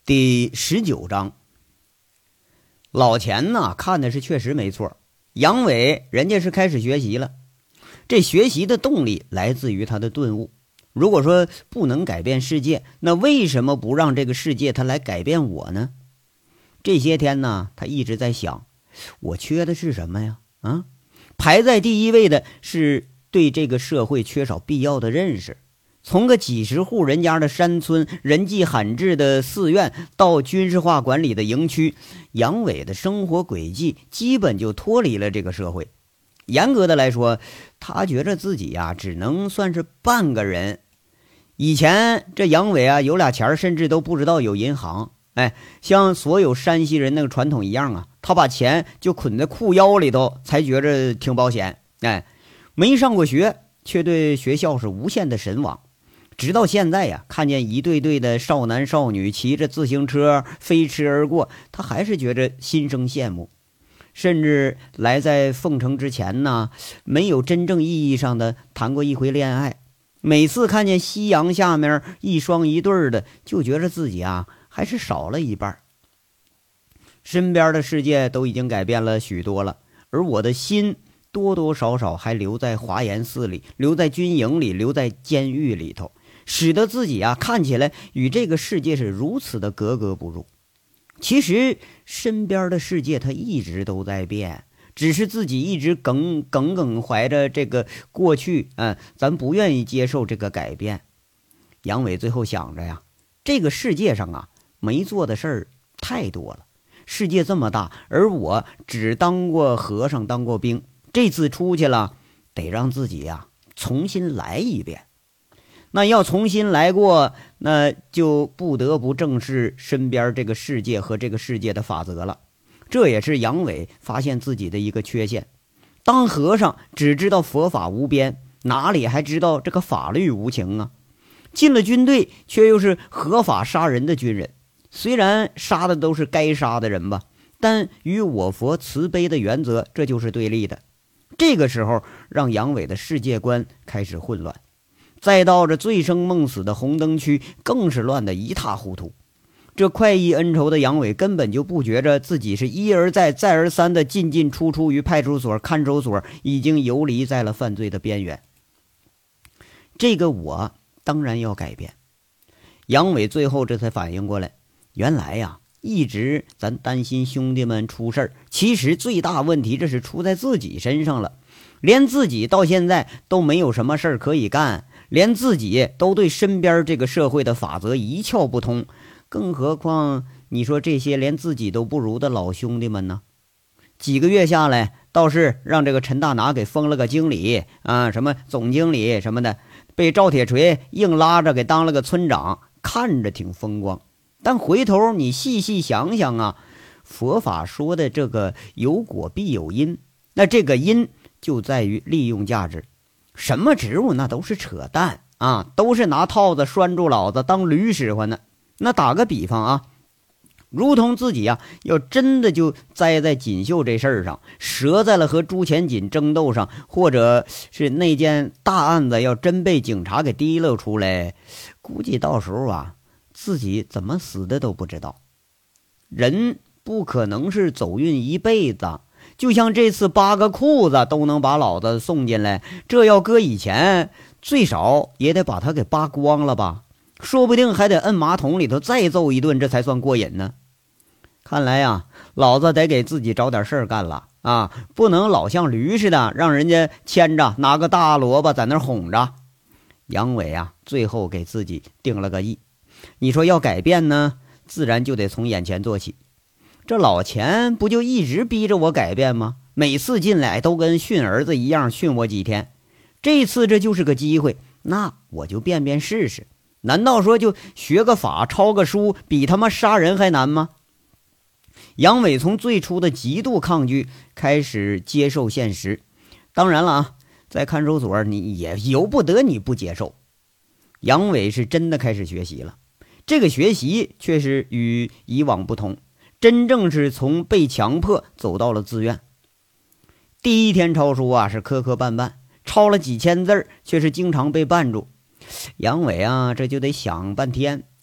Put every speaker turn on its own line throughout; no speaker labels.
第19章。老钱呢看的是确实没错，杨伟人家是开始学习了。这学习的动力来自于他的顿悟。如果说不能改变世界，那为什么不让这个世界它来改变我呢？这些天呢，他一直在想，我缺的是什么呀？排在第一位的是对这个社会缺少必要的认识。从个几十户人家的山村，人迹罕至的寺院，到军事化管理的营区，杨伟的生活轨迹基本就脱离了这个社会。严格的来说，他觉着自己呀，只能算是半个人。以前这杨伟啊，有俩钱甚至都不知道有银行。像所有山西人那个传统一样啊，他把钱就捆在裤腰里头，才觉着挺保险。没上过学，却对学校是无限的神往。直到现在呀，看见一对对的少男少女骑着自行车飞驰而过，他还是觉着心生羡慕。甚至来在凤城之前呢，没有真正意义上的谈过一回恋爱。每次看见夕阳下面一双一对的，就觉着自己啊还是少了一半。身边的世界都已经改变了许多了，而我的心多多少少还留在华严寺里，留在军营里，留在监狱里头，使得自己啊看起来与这个世界是如此的格格不入。其实身边的世界它一直都在变，只是自己一直耿怀着这个过去，咱不愿意接受这个改变。杨伟最后想着呀，这个世界上啊没做的事儿太多了，世界这么大，而我只当过和尚当过兵，这次出去了得让自己呀重新来一遍。那要重新来过，那就不得不正视身边这个世界和这个世界的法则了。这也是杨伟发现自己的一个缺陷。当和尚只知道佛法无边，哪里还知道这个法律无情啊？进了军队却又是合法杀人的军人，虽然杀的都是该杀的人吧，但与我佛慈悲的原则这就是对立的。这个时候让杨伟的世界观开始混乱。再到这醉生梦死的红灯区，更是乱得一塌糊涂。这快意恩仇的杨伟根本就不觉着自己是一而再再而三的进出于派出所看守所，已经游离在了犯罪的边缘。这个我当然要改变。杨伟最后这才反应过来，原来呀，一直咱担心兄弟们出事儿，其实最大问题这是出在自己身上了。连自己到现在都没有什么事儿可以干，连自己都对身边这个社会的法则一窍不通，更何况你说这些连自己都不如的老兄弟们呢？几个月下来，倒是让这个陈大拿给封了个经理啊，什么总经理什么的，被赵铁锤硬拉着给当了个村长，看着挺风光。但回头你细细想想啊，佛法说的这个有果必有因，那这个因就在于利用价值。什么职务那都是扯淡啊，都是拿套子拴住老子当驴使唤呢。那打个比方啊，如同自己啊要真的就栽在锦绣这事儿上，折在了和朱前锦争斗上，或者是那件大案子要真被警察给提溜出来，估计到时候啊自己怎么死的都不知道。人不可能是走运一辈子，就像这次扒个裤子都能把老子送进来，这要搁以前最少也得把他给扒光了吧，说不定还得摁马桶里头再揍一顿，这才算过瘾呢。看来呀，老子得给自己找点事儿干了啊，不能老像驴似的让人家牵着拿个大萝卜在那哄着。杨伟啊最后给自己定了个意，你说要改变呢，自然就得从眼前做起。这老钱不就一直逼着我改变吗？每次进来都跟训儿子一样训我几天，这次这就是个机会，那我就变试试。难道说就学个法抄个书比他妈杀人还难吗？杨伟从最初的极度抗拒开始接受现实。当然了啊，在看守所你也由不得你不接受。杨伟是真的开始学习了，这个学习却是与以往不同，真正是从被强迫走到了自愿。第一天抄书啊是磕磕绊绊，抄了几千字却是经常被绊住。杨伟啊这就得想半天，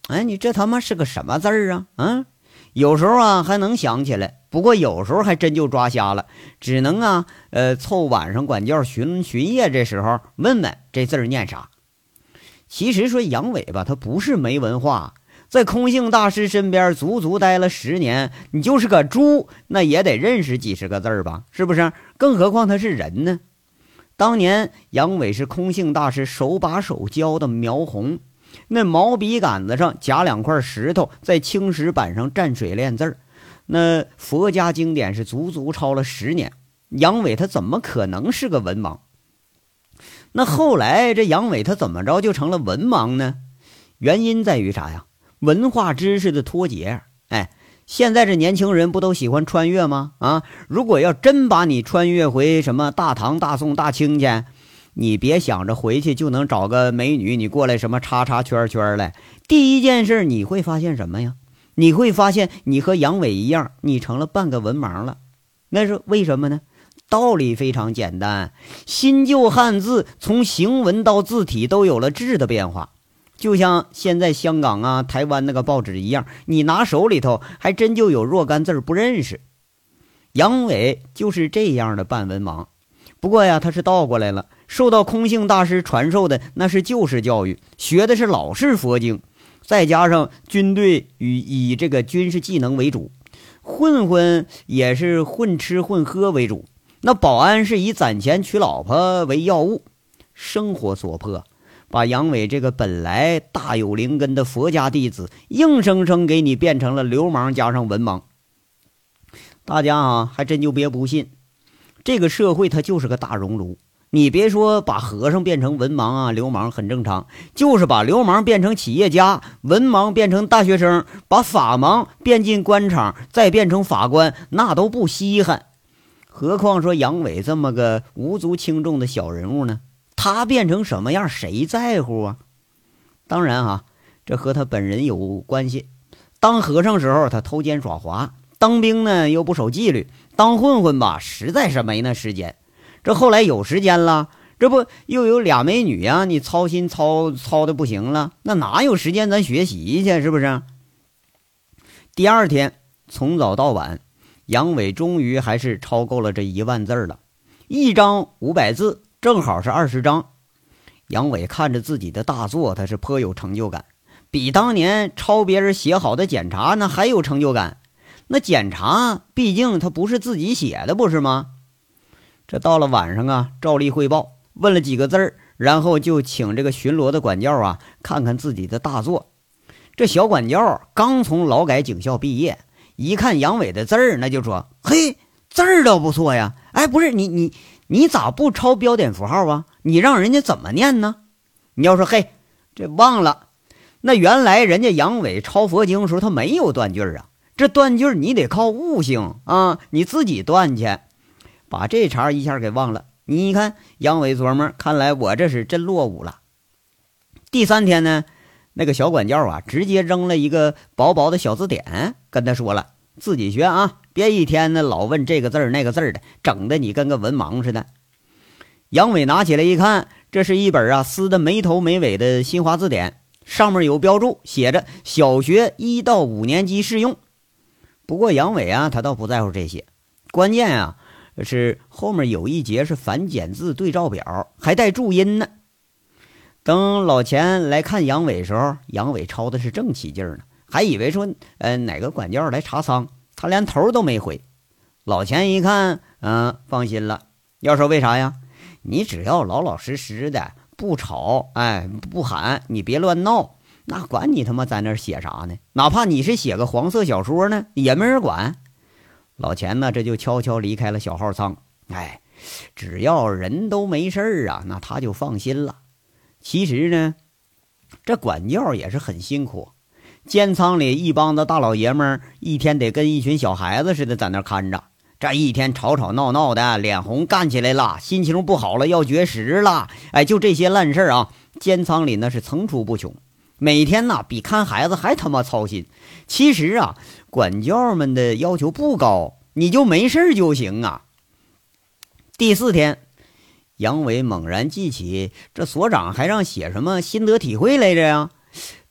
哎，你这他妈是个什么字儿啊？嗯，有时候啊还能想起来，不过有时候还真就抓瞎了，只能啊凑晚上管教巡夜这时候问问这字儿念啥。其实说杨伟吧，他不是没文化，在空性大师身边足足待了10年，你就是个猪，那也得认识几十个字儿吧，是不是？更何况他是人呢。当年杨伟是空性大师手把手教的描红，那毛笔杆子上夹2块石头，在青石板上蘸水练字儿，那佛家经典是足足抄了10年。杨伟他怎么可能是个文盲？那后来这杨伟他怎么着就成了文盲呢？原因在于啥呀？文化知识的脱节。哎，现在这年轻人不都喜欢穿越吗？啊，如果要真把你穿越回什么大唐、大宋、大清去，你别想着回去就能找个美女，你过来什么叉叉圈圈来。第一件事你会发现什么呀？你会发现你和杨伟一样，你成了半个文盲了。那是为什么呢？道理非常简单，新旧汉字从行文到字体都有了质的变化，就像现在香港啊、台湾那个报纸一样，你拿手里头还真就有若干字不认识。杨伟就是这样的半文盲，不过呀，他是倒过来了，受到空性大师传授的那是旧式教育，学的是老式佛经，再加上军队以这个军事技能为主，混混也是混吃混喝为主，那保安是以攒钱娶老婆为要务。生活所迫，把杨伟这个本来大有灵根的佛家弟子硬生生给你变成了流氓加上文盲。大家啊还真就别不信，这个社会它就是个大熔炉，你别说把和尚变成文盲啊流氓很正常，就是把流氓变成企业家，文盲变成大学生，把法盲变进官场，再变成法官，那都不稀罕。何况说杨伟这么个无足轻重的小人物呢，他变成什么样谁在乎啊？当然啊，这和他本人有关系。当和尚时候他偷奸耍滑，当兵呢又不守纪律，当混混吧实在是没那时间。这后来有时间了，这不又有俩美女啊，你操心操的不行了，那哪有时间咱学习去，是不是？第二天从早到晚，杨伟终于还是抄够了这1万字了，一张500字，正好是20张。杨伟看着自己的大作，他是颇有成就感，比当年抄别人写好的检查那还有成就感。那检查毕竟他不是自己写的，不是吗？这到了晚上啊，照例汇报，问了几个字儿，然后就请这个巡逻的管教啊看看自己的大作。这小管教刚从劳改警校毕业，一看杨伟的字儿，那就说：“嘿，字儿倒不错呀！哎，不是你咋不抄标点符号啊？你让人家怎么念呢？”你要说：“嘿，这忘了。”那原来人家杨伟抄佛经的时候他没有断句啊，这断句你得靠悟性啊，你自己断去。把这茬一下给忘了。你看杨伟琢磨，看来我这是真落伍了。第3天呢，那个小管教啊直接扔了一个薄薄的小字典，跟他说了，自己学啊，别一天呢老问这个字儿那个字儿的，整的你跟个文盲似的。杨伟拿起来一看，这是一本啊撕的没头没尾的新华字典，上面有标注，写着小学1到5年级适用。不过杨伟啊他倒不在乎这些，关键啊是后面有一节是繁简字对照表，还带注音呢。等老钱来看杨伟时候，杨伟抄的是正起劲呢，还以为说哪个管教来查仓，他连头都没回。老钱一看放心了。要说为啥呀？你只要老老实实的不吵，不喊，你别乱闹，那管你他妈在那儿写啥呢？哪怕你是写个黄色小说呢，也没人管。老钱呢这就悄悄离开了小号仓。只要人都没事啊，那他就放心了。其实呢这管教也是很辛苦，监仓里一帮子大老爷们儿一天得跟一群小孩子似的在那看着，这一天吵吵闹闹的，脸红干起来了，心情不好了，要绝食了，就这些烂事儿啊，监仓里那是层出不穷，每天呢比看孩子还他妈操心。其实啊管教们的要求不高，你就没事就行啊。第4天，杨伟猛然记起这所长还让写什么心得体会来着呀，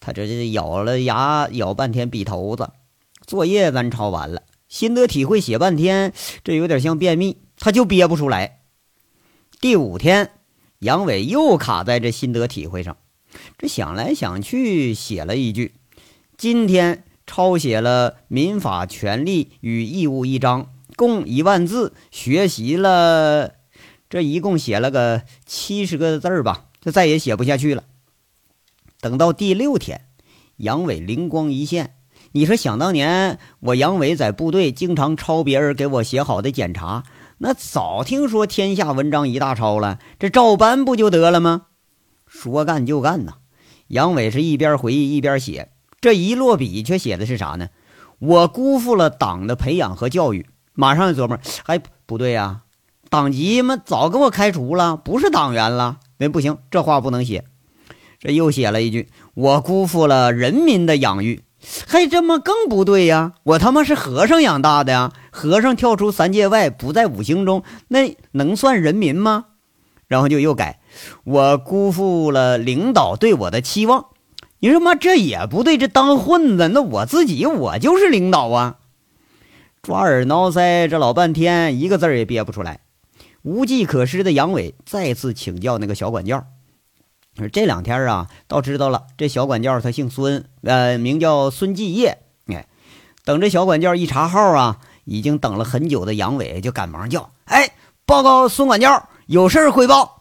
他这咬了牙咬半天笔头子。作业咱抄完了，心得体会写半天，这有点像便秘，他就憋不出来。第5天，杨伟又卡在这心得体会上，这想来想去写了一句：今天抄写了民法权利与义务1章，共1万字，学习了，这一共写了个70个字吧，就再也写不下去了。等到第6天，杨伟灵光一现，你说想当年我杨伟在部队经常抄别人给我写好的检查，那早听说天下文章一大抄了，这照搬不就得了吗？说干就干呐，杨伟是一边回忆一边写，这一落笔却写的是啥呢？我辜负了党的培养和教育。马上琢磨，哎，不对呀，党籍嘛早给我开除了，不是党员了。那不行，这话不能写。这又写了一句，我辜负了人民的养育。嘿，这么更不对呀，我他妈是和尚养大的呀，和尚跳出3界外，不在5行中，那能算人民吗？然后就又改，我辜负了领导对我的期望。你说妈，这也不对，这当混子，那我自己我就是领导啊。抓耳挠腮这老半天，一个字也憋不出来。无计可施的杨伟再次请教那个小管教。这2天啊，倒知道了，这小管教他姓孙，名叫孙继业。等这小管教一查号啊，已经等了很久的杨伟就赶忙叫：哎，报告孙管教，有事汇报。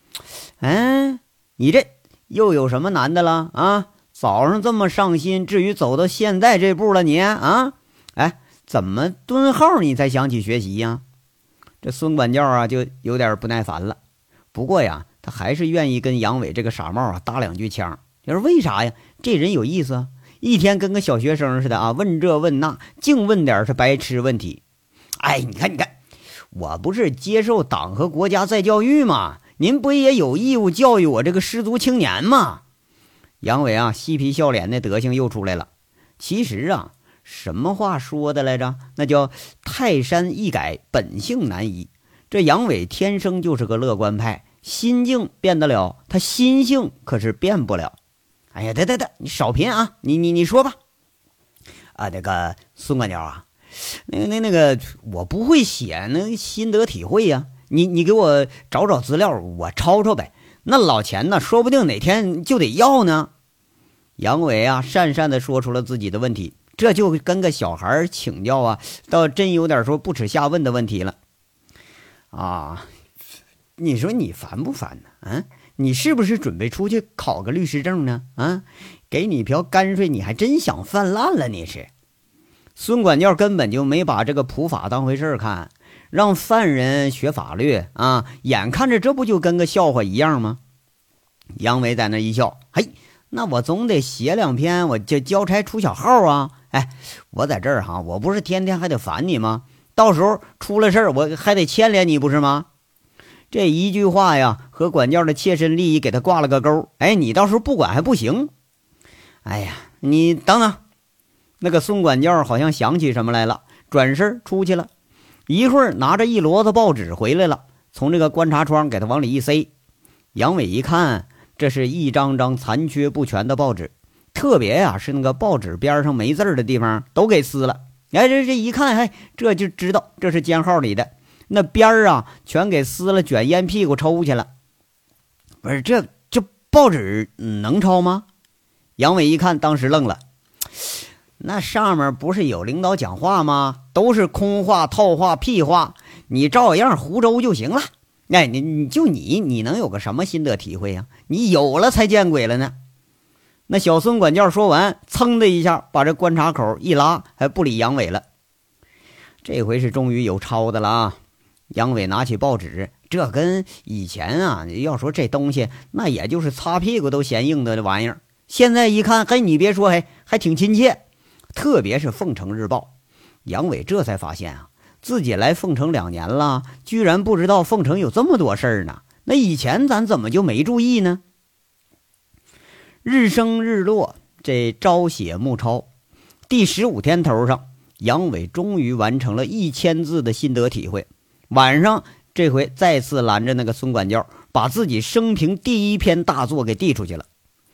你这又有什么难的了啊？早上这么上心，至于走到现在这步了你啊？哎，怎么蹲号你才想起学习呀？这孙管教啊就有点不耐烦了。不过呀，他还是愿意跟杨伟这个傻帽啊搭2句腔。就是为啥呀？这人有意思啊，一天跟个小学生似的啊，问这问那，净问点是白痴问题。哎，你看，我不是接受党和国家再教育吗？您不也有义务教育我这个失足青年吗？杨伟啊，嬉皮笑脸的德行又出来了。其实啊，什么话说的来着？那叫泰山易改，本性难移。这杨伟天生就是个乐观派，心境变得了，他心性可是变不了。哎呀，得，你少贫啊！你说吧。啊，那个孙管教啊，那个我不会写那心得体会呀，你给我找资料，我抄抄呗。那老钱呢，说不定哪天就得要呢。杨伟啊，讪讪地说出了自己的问题，这就跟个小孩请教啊，倒真有点说不耻下问的问题了。啊，你说你烦不烦呢？你是不是准备出去考个律师证呢？给你瓢泔水，你还真想泛滥了？你是？孙管教根本就没把这个普法当回事看，让犯人学法律啊，眼看着这不就跟个笑话一样吗？杨伟在那一笑，嘿，那我总得写2篇，我就交差出小号啊！哎，我在这儿哈，我不是天天还得烦你吗？到时候出了事儿，我还得牵连你，不是吗？这一句话呀，和管教的切身利益给他挂了个钩。哎，你到时候不管还不行。哎呀，你等等。那个孙管教好像想起什么来了，转身出去了。一会儿拿着一摞子报纸回来了，从这个观察窗给他往里一塞。杨伟一看，这是一张张残缺不全的报纸，特别呀是那个报纸边上没字的地方都给撕了。哎，这一看，哎，这就知道这是监号里的。那边儿啊，全给撕了，卷烟屁股抽去了。不是，这报纸能抄吗？杨伟一看，当时愣了。那上面不是有领导讲话吗？都是空话、套话、屁话，你照样胡诌就行了。哎，你能有个什么心得体会呀？你有了才见鬼了呢。那小孙管教说完，噌的一下把这观察口一拉，还不理杨伟了。这回是终于有抄的了啊！杨伟拿起报纸，这跟以前啊，要说这东西，那也就是擦屁股都嫌硬的玩意儿。现在一看，嘿，你别说，嘿，还挺亲切。特别是凤城日报，杨伟这才发现啊，自己来凤城2年了，居然不知道凤城有这么多事儿呢。那以前咱怎么就没注意呢？日升日落，这朝写暮抄，第15天头上，杨伟终于完成了1000字的心得体会。晚上这回再次拦着那个孙管教，把自己生平第1篇大作给递出去了。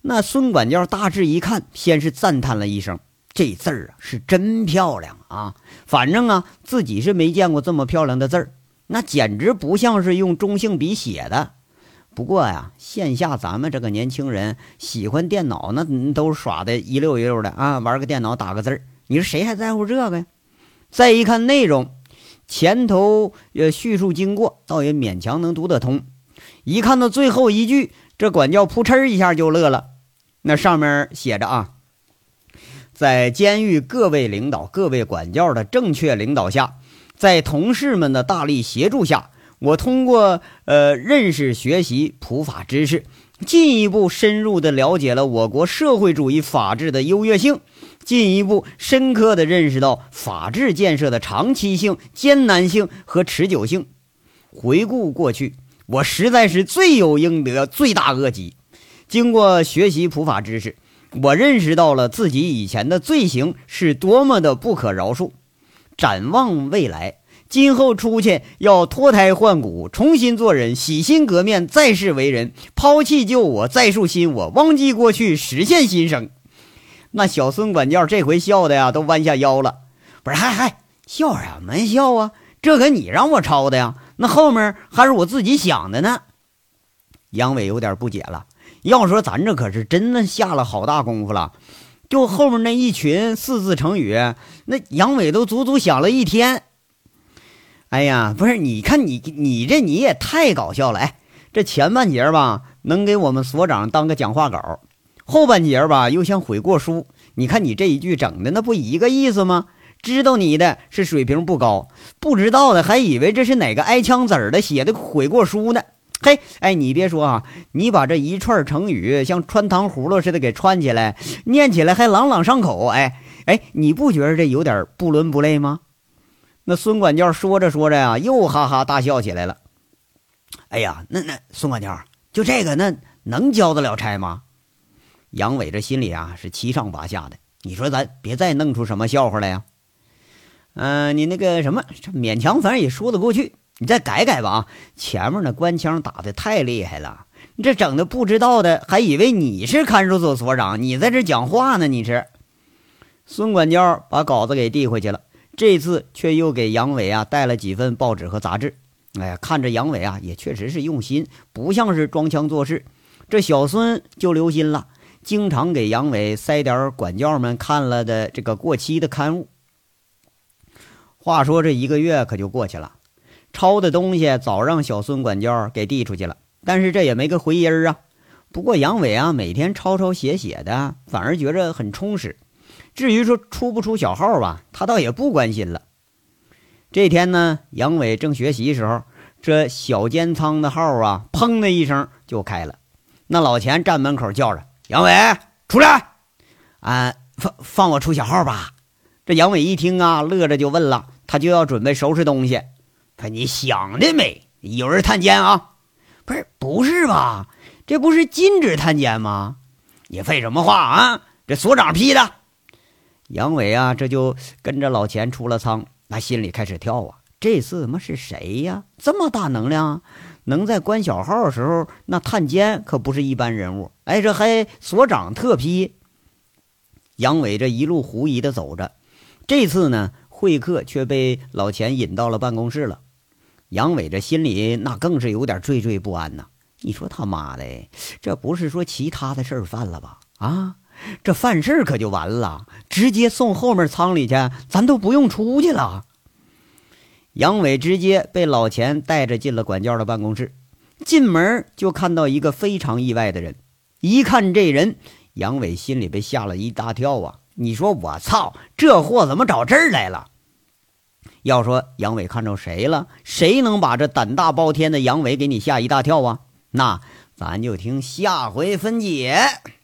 那孙管教大致一看，先是赞叹了一声，这字儿啊是真漂亮啊，反正啊自己是没见过这么漂亮的字儿，那简直不像是用中性笔写的。不过呀，线下咱们这个年轻人喜欢电脑，那都耍的一溜一溜的啊，玩个电脑打个字儿，你说谁还在乎这个呀？再一看内容，前头叙述经过，倒也勉强能读得通。一看到最后一句，这管教扑哧一下就乐了。那上面写着啊，在监狱各位领导、各位管教的正确领导下，在同事们的大力协助下，我通过认识学习普法知识，进一步深入地了解了我国社会主义法治的优越性，进一步深刻地认识到法治建设的长期性、艰难性和持久性。回顾过去，我实在是罪有应得，罪大恶极。经过学习普法知识，我认识到了自己以前的罪行是多么的不可饶恕。展望未来，今后出去要脱胎换骨，重新做人，洗心革面，再世为人，抛弃旧我，再树新我，忘记过去，实现新生。那小孙管教这回笑的呀都弯下腰了，不是嗨笑什么笑啊，这可你让我抄的呀，那后面还是我自己想的呢。杨伟有点不解了，要说咱这可是真的下了好大功夫了，就后面那一群四字成语，那杨伟都足足想了一天。哎呀，不是，你看你也太搞笑了。哎，这前半截吧能给我们所长当个讲话稿，后半截吧又像悔过书，你看你这一句整的那不一个意思吗？知道你的是水平不高，不知道的还以为这是哪个挨枪子儿的写的悔过书呢。嘿，哎，你别说啊，你把这一串成语像穿糖葫芦似的给串起来，念起来还朗朗上口。哎，你不觉得这有点不伦不类吗？那孙管教说着说着呀，又哈哈大笑起来了。哎呀，那孙管教就这个，那能交得了差吗？杨伟这心里啊是七上八下的。你说咱别再弄出什么笑话来呀？你那个什么，勉强反正也说得过去，你再改改吧啊！前面的官腔打得太厉害了，你这整的不知道的还以为你是看守所所长，你在这讲话呢。你是孙管教把稿子给递回去了。这次却又给杨伟啊带了几份报纸和杂志。哎呀，看着杨伟啊也确实是用心，不像是装腔作势。这小孙就留心了，经常给杨伟塞点管教们看了的这个过期的刊物。话说这一个月可就过去了，抄的东西早让小孙管教给递出去了，但是这也没个回音啊。不过杨伟啊每天抄写的，反而觉着很充实。至于说出不出小号吧，他倒也不关心了。这天呢，杨伟正学习时候，这小监仓的号啊，砰的一声就开了。那老钱站门口叫着：“杨伟，出来！放我出小号吧。”这杨伟一听啊，乐着就问了，他就要准备收拾东西。你想的美，有人探监啊？不是吧？这不是禁止探监吗？你废什么话啊？这所长批的。杨伟啊，这就跟着老钱出了仓，那心里开始跳啊，这次他妈是谁呀？这么大能量啊，能在关小号的时候那探监可不是一般人物。哎，这还所长特批。杨伟这一路狐疑的走着，这次呢会客却被老钱引到了办公室了。杨伟这心里那更是有点惴惴不安呐。你说他妈的，这不是说其他的事儿犯了吧？啊，这犯事可就完了，直接送后面仓里去，咱都不用出去了。杨伟直接被老钱带着进了管教的办公室，进门就看到一个非常意外的人。一看这人，杨伟心里被吓了一大跳啊！你说我操，这货怎么找这儿来了？要说杨伟看着谁了，谁能把这胆大包天的杨伟给你吓一大跳啊？那咱就听下回分解。